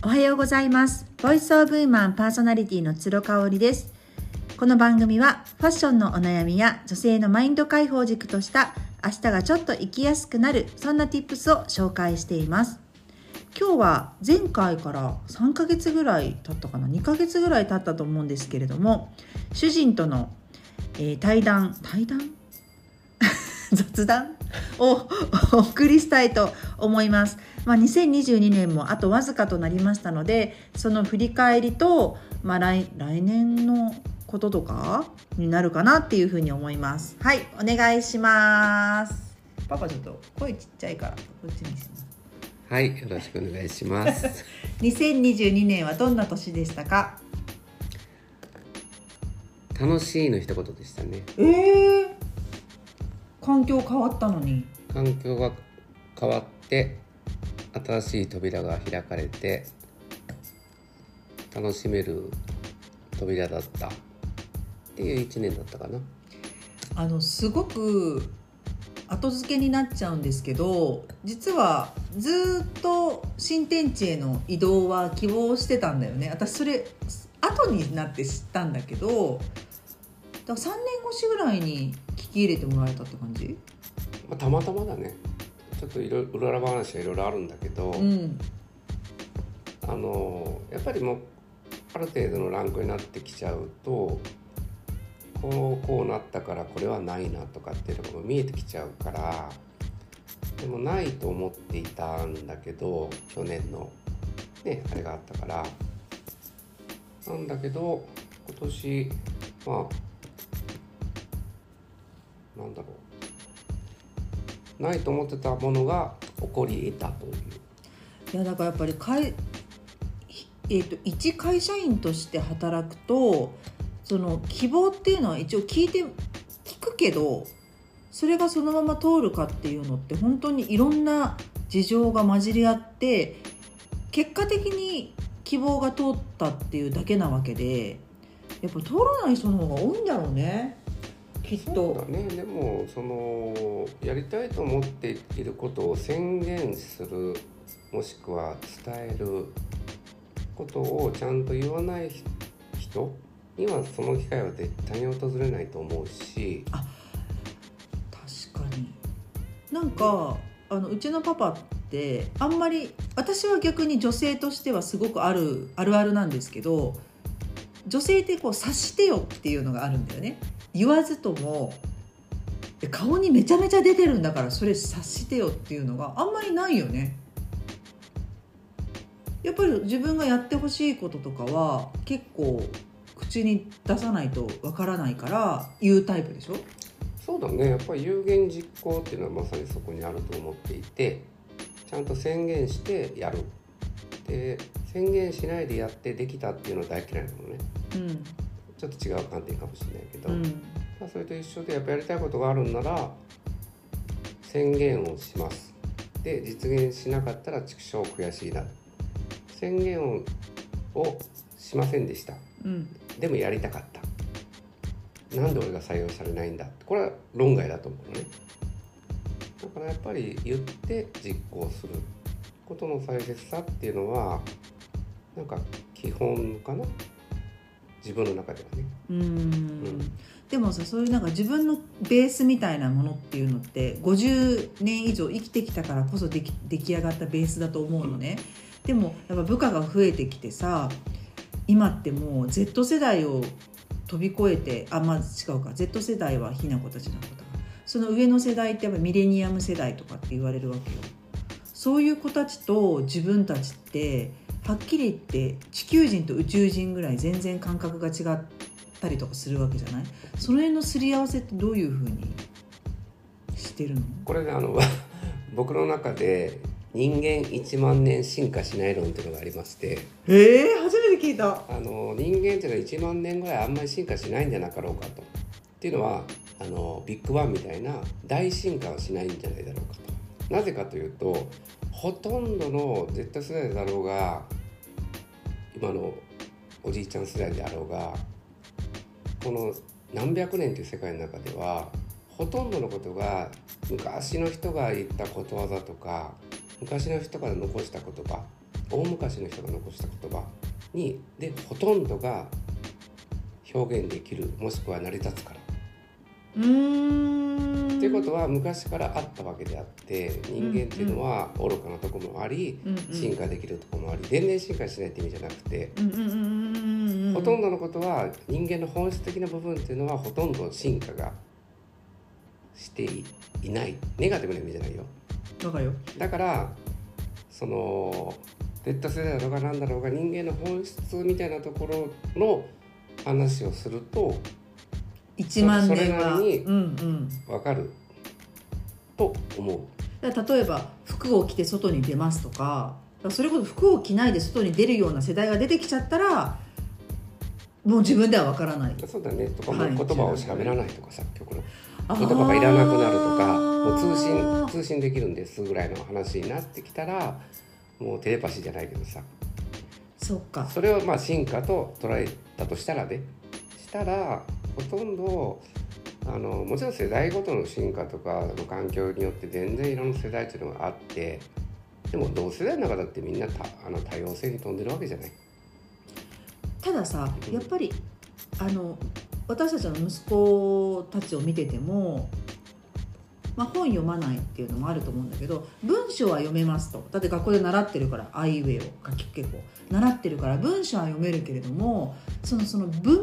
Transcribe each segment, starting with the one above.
おはようございます。ボイスオブウーマンパーソナリティの鶴香織です。この番組はファッションのお悩みや女性のマインド解放軸とした明日がちょっと生きやすくなる、そんな Tips を紹介しています。今日は前回から3ヶ月ぐらい経ったかな、2ヶ月ぐらい経ったと思うんですけれども、主人との、対談雑談をお送りしたいと思います。2022年もあとわずかとなりましたので、その振り返りと、来年のこととかになるかなっていうふうに思います。はい、お願いします。パパちょっと声ちっちゃいからこっちにします。 はい、よろしくお願いします 2022年はどんな年でしたか？ 楽しいの一言でしたね。 環境変わったのに。 環境が変わって新しい扉が開かれて楽しめる扉だったっていう1年だったかな。 すごく後付けになっちゃうんですけど、実はずっと新天地への移動は希望してたんだよね。私それ後になって知ったんだけど、だから3年越しぐらいに聞き入れてもらえたって感じ？ たまたまだね。ちょっと裏話はいろいろあるんだけど、やっぱりもうある程度のランクになってきちゃうと、こうなったからこれはないなとかっていうのが見えてきちゃうから、でもないと思っていたんだけど、去年のねあれがあったからなんだけど、今年なんだろう、ないと思ってたものが起こり得たという。 いやだからやっぱり一会社員として働くと、その希望っていうのは一応聞くけど、それがそのまま通るかっていうのって本当にいろんな事情が混じり合って、結果的に希望が通ったっていうだけなわけで、やっぱ通らない人の方が多いんだろうね、きっと。 そうだね。でもやりたいと思っていることを宣言する、もしくは伝えることをちゃんと言わない人にはその機会は絶対に訪れないと思うし。 確かに。なんかうちのパパってあんまり、私は逆に女性としてはすごくあるあるなんですけど、女性って察してよっていうのがあるんだよね。言わずとも顔にめちゃめちゃ出てるんだから、それ察してよっていうのがあんまりないよね。やっぱり自分がやってほしいこととかは結構口に出さないとわからないから言うタイプでしょ？ そうだね。やっぱり有言実行っていうのはまさにそこにあると思っていて、ちゃんと宣言してやる。で、宣言しないでやってできたっていうのは大嫌いなのね。ちょっと違う観点かもしれないけど、それと一緒で、やっぱやりたいことがあるんなら宣言をします。で、実現しなかったら畜生悔しいな。宣言をしませんでした、でもやりたかった。なんで俺が採用されないんだ、これは論外だと思うのね。だからやっぱり言って実行することの大切さっていうのはなんか基本かな、自分の中ではね。 でもさ、そういうなんか自分のベースみたいなものっていうのって50年以上生きてきたからこそ出来上がったベースだと思うのね。でもやっぱ部下が増えてきてさ、今ってもう Z 世代を飛び越えて、違うか、 Z 世代はひな子たちのことか、その上の世代ってやっぱミレニアム世代とかって言われるわけよ。そういう子たちと自分たちってはっきり言って地球人と宇宙人ぐらい全然感覚が違ったりとかするわけじゃない？その辺のすり合わせってどういうふうにしてるの？ これね、僕の中で人間1万年進化しない論っていうのがありまして。 初めて聞いた。 人間っていうのは1万年ぐらいあんまり進化しないんじゃなかろうかと。っていうのはビッグバンみたいな大進化はしないんじゃないだろうかと。なぜかというと、ほとんどの Z 世代だろうが今のおじいちゃん世代であろうが、この何百年という世界の中ではほとんどのことが昔の人が言ったことわざとか昔の人から残した言葉大昔の人が残した言葉にでほとんどが表現できる、もしくは成り立つから。っていうことは昔からあったわけであって、人間っていうのは愚かなとこもあり、進化できるとこもあり、全然進化しないって意味じゃなくて、ほとんどのことは人間の本質的な部分っていうのはほとんど進化がしていない。ネガティブな意味じゃないよ。 わかるよ。 だからそのZ世代だろうが何だろうが、人間の本質みたいなところの話をすると 1万年はそれなりに分かると思う。 だから例えば服を着て外に出ますとか、それこそ服を着ないで外に出るような世代が出てきちゃったらもう自分では分からない。 そうだね。とかもう言葉を喋らないとかさ、曲の言葉がいらなくなるとか、もう通信できるんですぐらいの話になってきたら、もうテレパシーじゃないけどさ、 そっか、 それをまあ進化と捉えたとしたらね、したらほとんどもちろん世代ごとの進化とかの環境によって全然いろんな世代っていうのがあって、でも同世代の中だってみんな多様性に富んでるわけじゃない。 たださ、やっぱり私たちの息子たちを見てても、本読まないっていうのもあると思うんだけど、文章は読めますと。だって学校で習ってるから、あいうえを結構習ってるから文章は読めるけれども、その文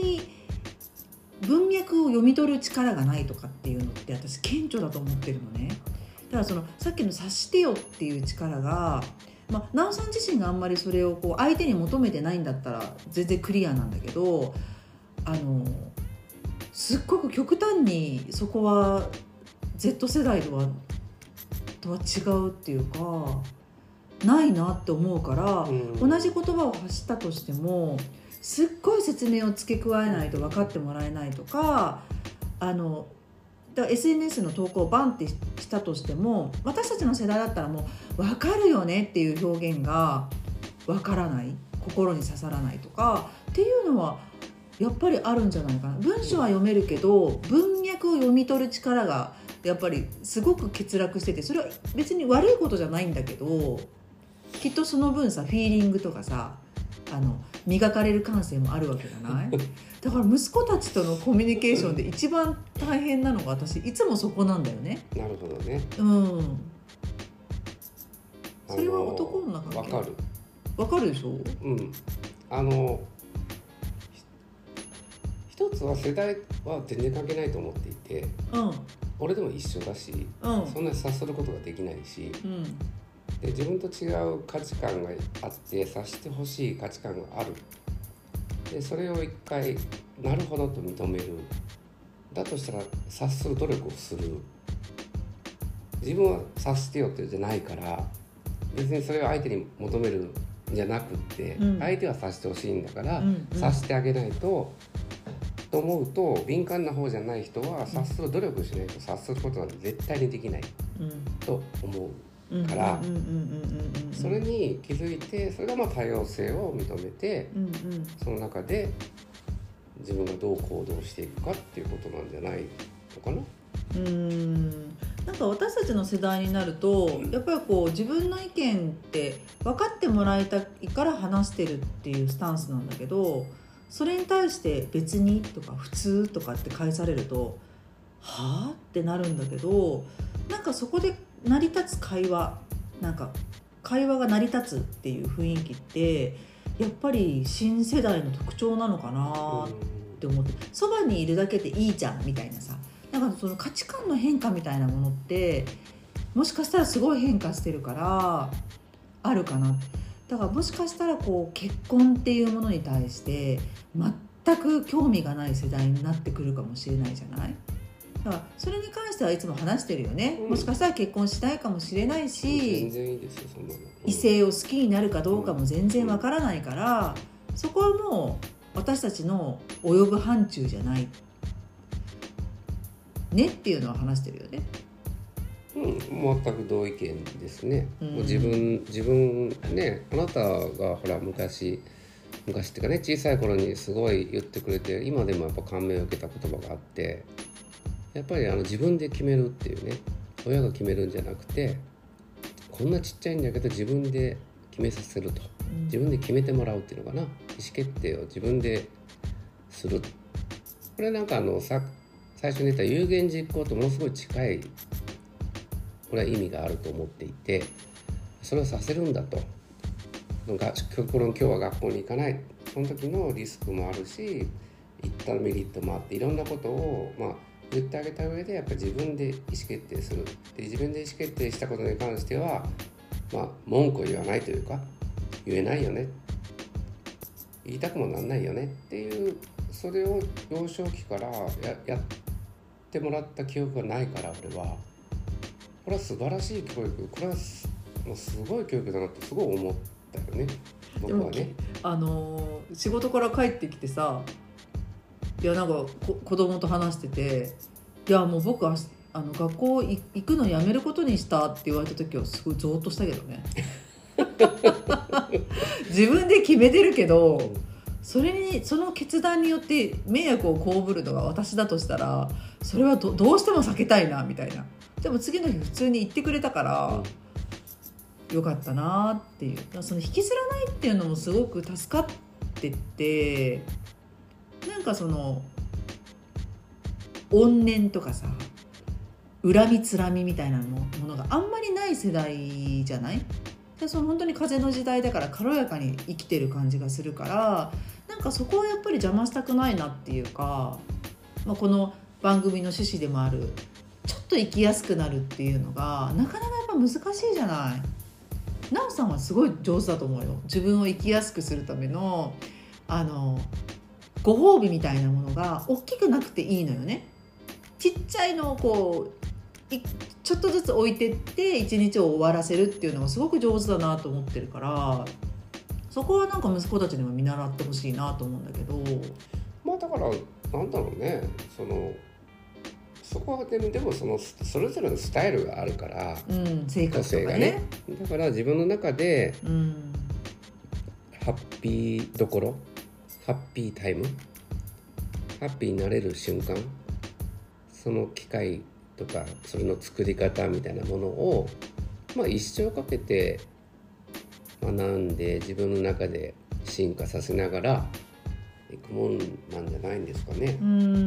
脈を読み取る力がないとかっていうのって私顕著だと思ってるのね。だからさっきの察してよっていう力が、なおさん自身があんまりそれを相手に求めてないんだったら全然クリアなんだけど、すっごく極端にそこは Z 世代とは違うっていうか、ないなって思うから、同じ言葉を発したとしてもすっごい説明を付け加えないと分かってもらえないとか、だから SNS の投稿をバンってしたとしても、私たちの世代だったらもう分かるよねっていう表現が分からない、心に刺さらないとかっていうのはやっぱりあるんじゃないかな。文章は読めるけど文脈を読み取る力がやっぱりすごく欠落してて、それは別に悪いことじゃないんだけど、きっとその分さ、フィーリングとかさ、磨かれる感性もあるわけじゃないだから息子たちとのコミュニケーションで一番大変なのが私いつもそこなんだよね。 なるほどね。 それは男の中分かる。 分かるでしょ。 一つは世代は全然関係ないと思っていて、俺でも一緒だし、そんなに察することができないし、で自分と違う価値観があって察してほしい価値観がある。でそれを一回なるほどと認める。だとしたら察する努力をする。自分は察してよってじゃないから、別にそれを相手に求めるんじゃなくって、相手は察してほしいんだから、察してあげないと思うと、敏感な方じゃない人は察する努力しないと察することなんて絶対にできないと思う。からそれに気づいて、それが多様性を認めて、その中で自分がどう行動していくかっていうことなんじゃないのかな。 なんか私たちの世代になるとやっぱり自分の意見って分かってもらいたいから話してるっていうスタンスなんだけど、それに対して別にとか普通とかって返されるとはぁってなるんだけど、なんかそこで成り立つ会話が成り立つっていう雰囲気ってやっぱり新世代の特徴なのかなって思って、そばにいるだけでいいじゃんみたいなさ、なんかその価値観の変化みたいなものってもしかしたらすごい変化してるからあるかな。だからもしかしたら結婚っていうものに対して全く興味がない世代になってくるかもしれないじゃない。だからそれに関してはいつも話してるよね、もしかしたら結婚しないかもしれないし、 全然いいですよそんなの。 異性を好きになるかどうかも全然わからないから、そこはもう私たちの及ぶ範疇じゃないねっていうのは話してるよね。 全く同意見ですね。自分ね、あなたがほら昔っていうかね、小さい頃にすごい言ってくれて、今でもやっぱ感銘を受けた言葉があって、やっぱり自分で決めるっていうね、親が決めるんじゃなくて、こんなちっちゃいんだけど自分で決決めさせると、自分で決めてもらうっていうのかな、意思決定を自分でする。これなんか最初に言った有言実行とものすごい近い、これは意味があると思っていて、それをさせるんだと。極論今日は学校に行かない、その時のリスクもあるし行ったメリットもあって、いろんなことを言ってあげた上で、やっぱり自分で意思決定する。で自分で意思決定したことに関しては文句を言わないというか、言えないよね、言いたくもなんないよねっていう、それを幼少期からやってもらった記憶がないから、俺はこれは素晴らしい教育、これはもうすごい教育だなってすごい思ったよね、僕はね。 仕事から帰ってきてさ、いやなんか子供と話してて、いやもう僕は学校行くのやめることにしたって言われた時はすごいゾーッとしたけどね自分で決めてるけど、その決断によって迷惑を被るのが私だとしたら、それはどうしても避けたいなみたいな。でも次の日普通に言ってくれたから、よかったなっていう。その引きずらないっていうのもすごく助かってて、なんかその怨念とかさ、恨みつらみみたいなものがあんまりない世代じゃない？でその本当に風の時代だから軽やかに生きてる感じがするから、なんかそこはやっぱり邪魔したくないなっていうか、この番組の趣旨でもあるちょっと生きやすくなるっていうのがなかなかやっぱ難しいじゃない。なおさんはすごい上手だと思うよ。自分を生きやすくするためのご褒美みたいなものが大きくなくていいのよね。ちっちゃいのをこうちょっとずつ置いてって一日を終わらせるっていうのがすごく上手だなと思ってるから、そこはなんか息子たちにも見習ってほしいなと思うんだけど。 だからなんだろうね、そこはでもそれぞれのスタイルがあるから、 性格とかね。 だから自分の中で、ハッピーどころ、ハッピータイム、ハッピーになれる瞬間、その機会とかそれの作り方みたいなものを、一生かけて学んで自分の中で進化させながらいくもんなんじゃないんですかね。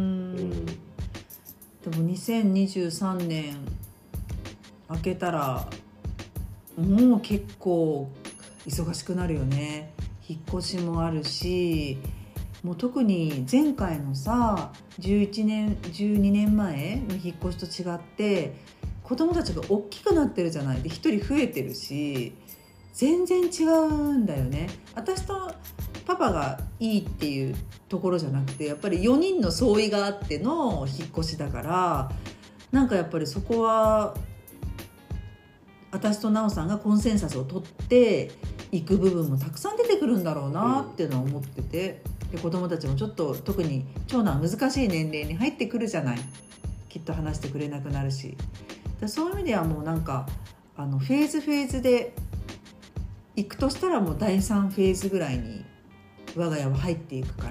でも2023年明けたらもう結構忙しくなるよね。引っ越しもあるし、もう特に前回のさ11年12年前の引っ越しと違って子供たちが大きくなってるじゃない。で1人増えてるし全然違うんだよね。私とパパがいいっていうところじゃなくて、やっぱり4人の相違があっての引っ越しだから、なんかやっぱりそこは私と奈緒さんがコンセンサスを取っていく部分もたくさん出てくるんだろうなっていうのは思ってて、で子供たちもちょっと特に長男は難しい年齢に入ってくるじゃない。きっと話してくれなくなるし、そういう意味ではもうなんかフェーズで行くとしたらもう第3フェーズぐらいに我が家は入っていくから。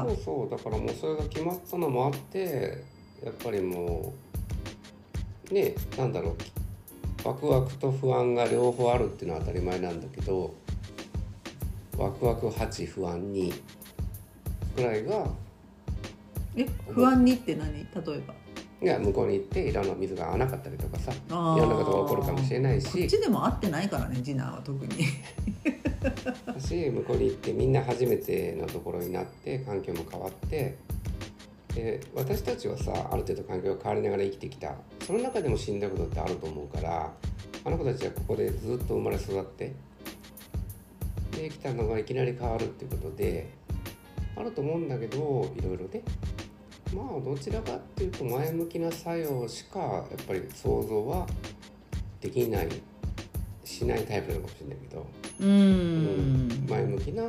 そうだからもうそれが決まったのもあって、やっぱりもうね、なんだろう、ワクワクと不安が両方あるっていうのは当たり前なんだけど、ワクワク8不安2くらいが不安にって何？例えばいや向こうに行っていろんな水が合わなかったりとかさ、いろんなことが起こるかもしれないし、 こっちでも合ってないからね、次男は特にだし、向こうに行ってみんな初めてのところになって環境も変わって、で私たちはさある程度環境が変わりながら生きてきた。その中でもしんどいことってあると思うから、あの子たちはここでずっと生まれ育ってできたのがいきなり変わるっていうことであると思うんだけど、いろいろね、どちらかっていうと前向きな作用しかやっぱり想像はできないしないタイプなのかもしれないけど、前向きな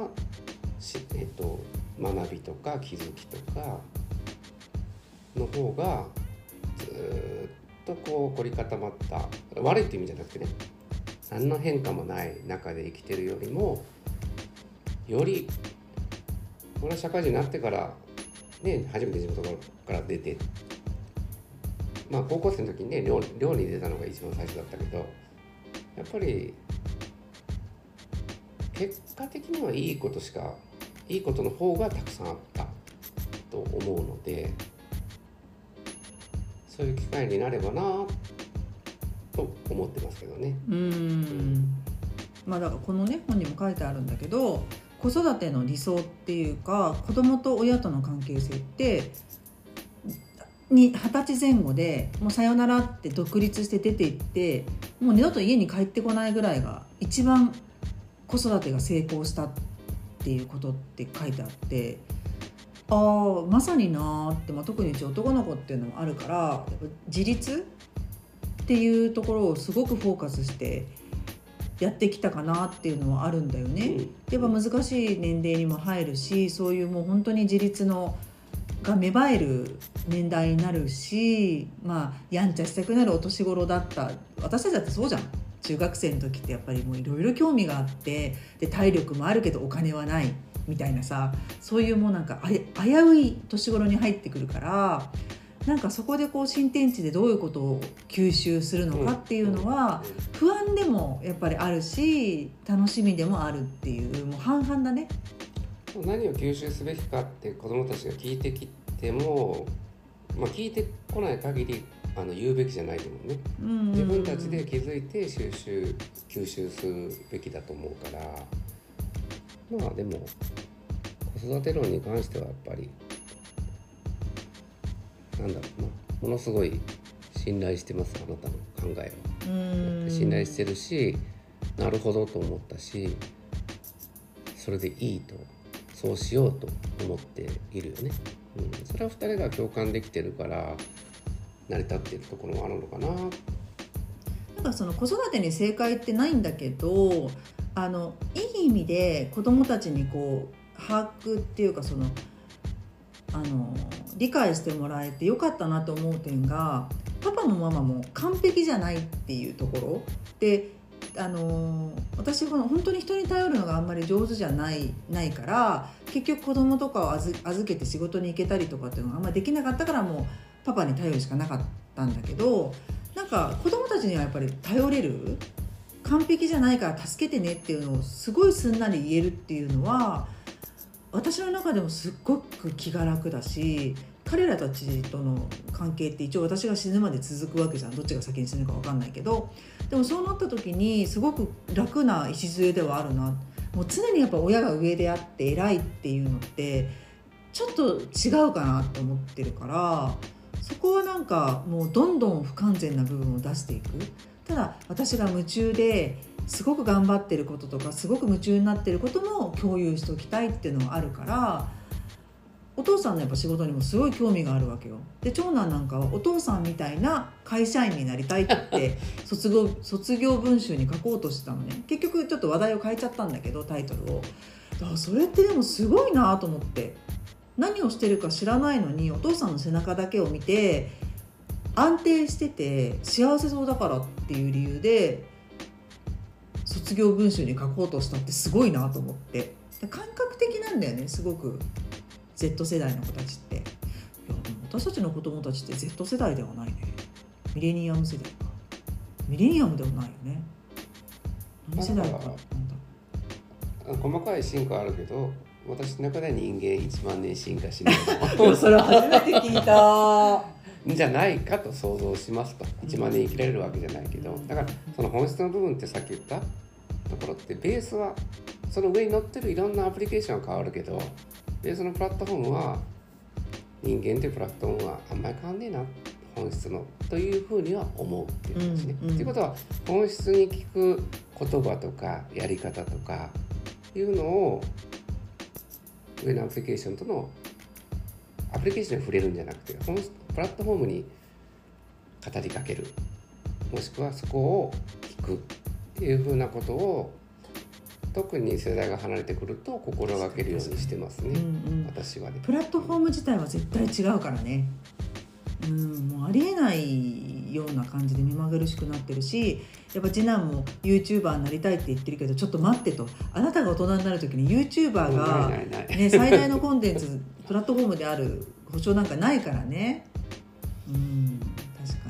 学びとか気づきとかの方がずっとこう凝り固まった、悪いって意味じゃなくてね、何の変化もない中で生きてるよりも、より俺は社会人になってからね、初めて地元から出て、高校生の時にね寮に出たのが一番最初だったけど、やっぱり結果的にはいいことの方がたくさんあったと思うので、そういう機会になればなと思ってますけどね。 まあだからこのね本にも書いてあるんだけど、子育ての理想っていうか子供と親との関係性って20歳前後でもうさよならって独立して出て行ってもう二度と家に帰ってこないぐらいが一番子育てが成功したっていうことって書いてあって、ああまさになーって、特にうち男の子っていうのもあるからやっぱ自立っていうところをすごくフォーカスしてやってきたかなっていうのはあるんだよね。やっぱ難しい年齢にも入るし、そういうもう本当に自立のが芽生える年代になるし、やんちゃしたくなるお年頃だった。私たちだってそうじゃん。中学生の時ってやっぱりもういろいろ興味があって、で体力もあるけどお金はないみたいなさ、そういうもうなんか危うい年頃に入ってくるから、なんかそこでこう新天地でどういうことを吸収するのかっていうのは不安でもやっぱりあるし、楽しみでもあるっていう、もう半々だね。 何を吸収すべきかって子どもたちが聞いてきても、聞いてこない限り言うべきじゃないと思うね。自分たちで気づいて吸収するべきだと思うから、でも子育て論に関してはやっぱりものすごい信頼してます。あなたの考えを信頼してるし、なるほどと思ったし、それでいいと、そうしようと思っているよね。それは2人が共感できてるから成り立っているところもあるのかな。 なんかその子育てに正解ってないんだけど、いい意味で子どもたちにこう把握っていうか、その理解してもらえてよかったなと思う点が、パパもママも完璧じゃないっていうところで、私は本当に人に頼るのがあんまり上手じゃないから、結局子供とかを預けて仕事に行けたりとかっていうのがあんまりできなかったから、もうパパに頼るしかなかったんだけど、なんか子供たちにはやっぱり頼れる、完璧じゃないから助けてねっていうのをすごいすんなり言えるっていうのは私の中でもすっごく気が楽だし、彼らたちとの関係って一応私が死ぬまで続くわけじゃん。どっちが先に死ぬか分かんないけど、でもそうなった時にすごく楽な礎ではあるな。もう常にやっぱ親が上であって偉いっていうのってちょっと違うかなと思ってるから、そこはなんかもうどんどん不完全な部分を出していく。ただ私が夢中ですごく頑張ってることとかすごく夢中になってることも共有しておきたいっていうのはあるから、お父さんのやっぱ仕事にもすごい興味があるわけよ。で長男なんかはお父さんみたいな会社員になりたいって卒業文集に書こうとしてたのね。結局ちょっと話題を変えちゃったんだけど、タイトルを。だからそれってでもすごいなと思って、何をしてるか知らないのにお父さんの背中だけを見て安定してて幸せそうだからっていう理由で卒業文集に書こうとしたってすごいなと思って、感覚的なんだよね、すごく Z 世代の子たちって。いやでも私たちの子供たちって Z 世代ではないね。ミレニアム世代か。ミレニアムではないよね。何世代かなんだ。 細かい進化あるけど、私の中では人間1万年進化しないそれ初めて聞いたじゃないかと想像しますと。1万年生きられるわけじゃないけど、だからその本質の部分ってさっき言ったところってベースはその上に乗ってるいろんなアプリケーションは変わるけど、ベースのプラットフォームは人間というプラットフォームはあんまり変わんねえな、本質のというふうには思うっていう話ね。ということは本質に聞く言葉とかやり方とかいうのを上のアプリケーションとのアプリケーションに触れるんじゃなくて、プラットフォームに語りかける、もしくはそこを聞くっていうふうなことを特に世代が離れてくると心がけるようにしてますね、私はね。 プラットフォーム自体は絶対違うからね、もうありえないような感じで目まぐるしくなってるし、やっぱ次男も YouTuber になりたいって言ってるけど、ちょっと待ってと、あなたが大人になる時に YouTuber が、ね、最大のコンテンツプラットフォームである保証なんかないからね。確かに。で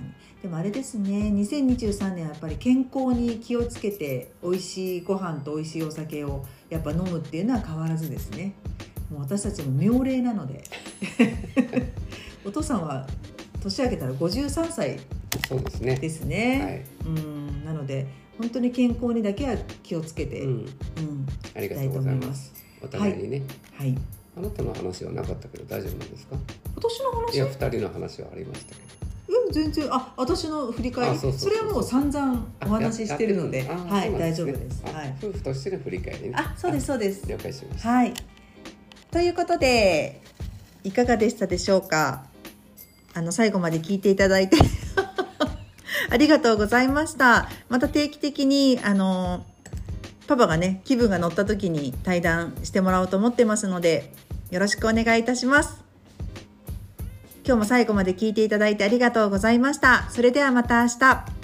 でもあれですね、2023年はやっぱり健康に気をつけて、美味しいご飯と美味しいお酒をやっぱ飲むっていうのは変わらずですね。もう私たちも妙齢なのでお父さんは年明けたら53歳そうですね。 ですね。 はい。 なので本当に健康にだけは気をつけて、 ありがとうございます。お互いにね。 はい。 あなたの話はなかったけど大丈夫なんですか？ 私の話？ いや、2人の話はありましたけど。 全然、私の振り返り、それはもう散々お話ししてるので、はい、大丈夫です。はい。 夫婦としての振り返りね。 そうですそうです。 了解しました。 はい。ということで、いかがでしたでしょうか？最後まで聞いていただいてありがとうございました。また定期的にパパがね、気分が乗った時に対談してもらおうと思ってますので、よろしくお願いいたします。今日も最後まで聞いていただいてありがとうございました。それではまた明日。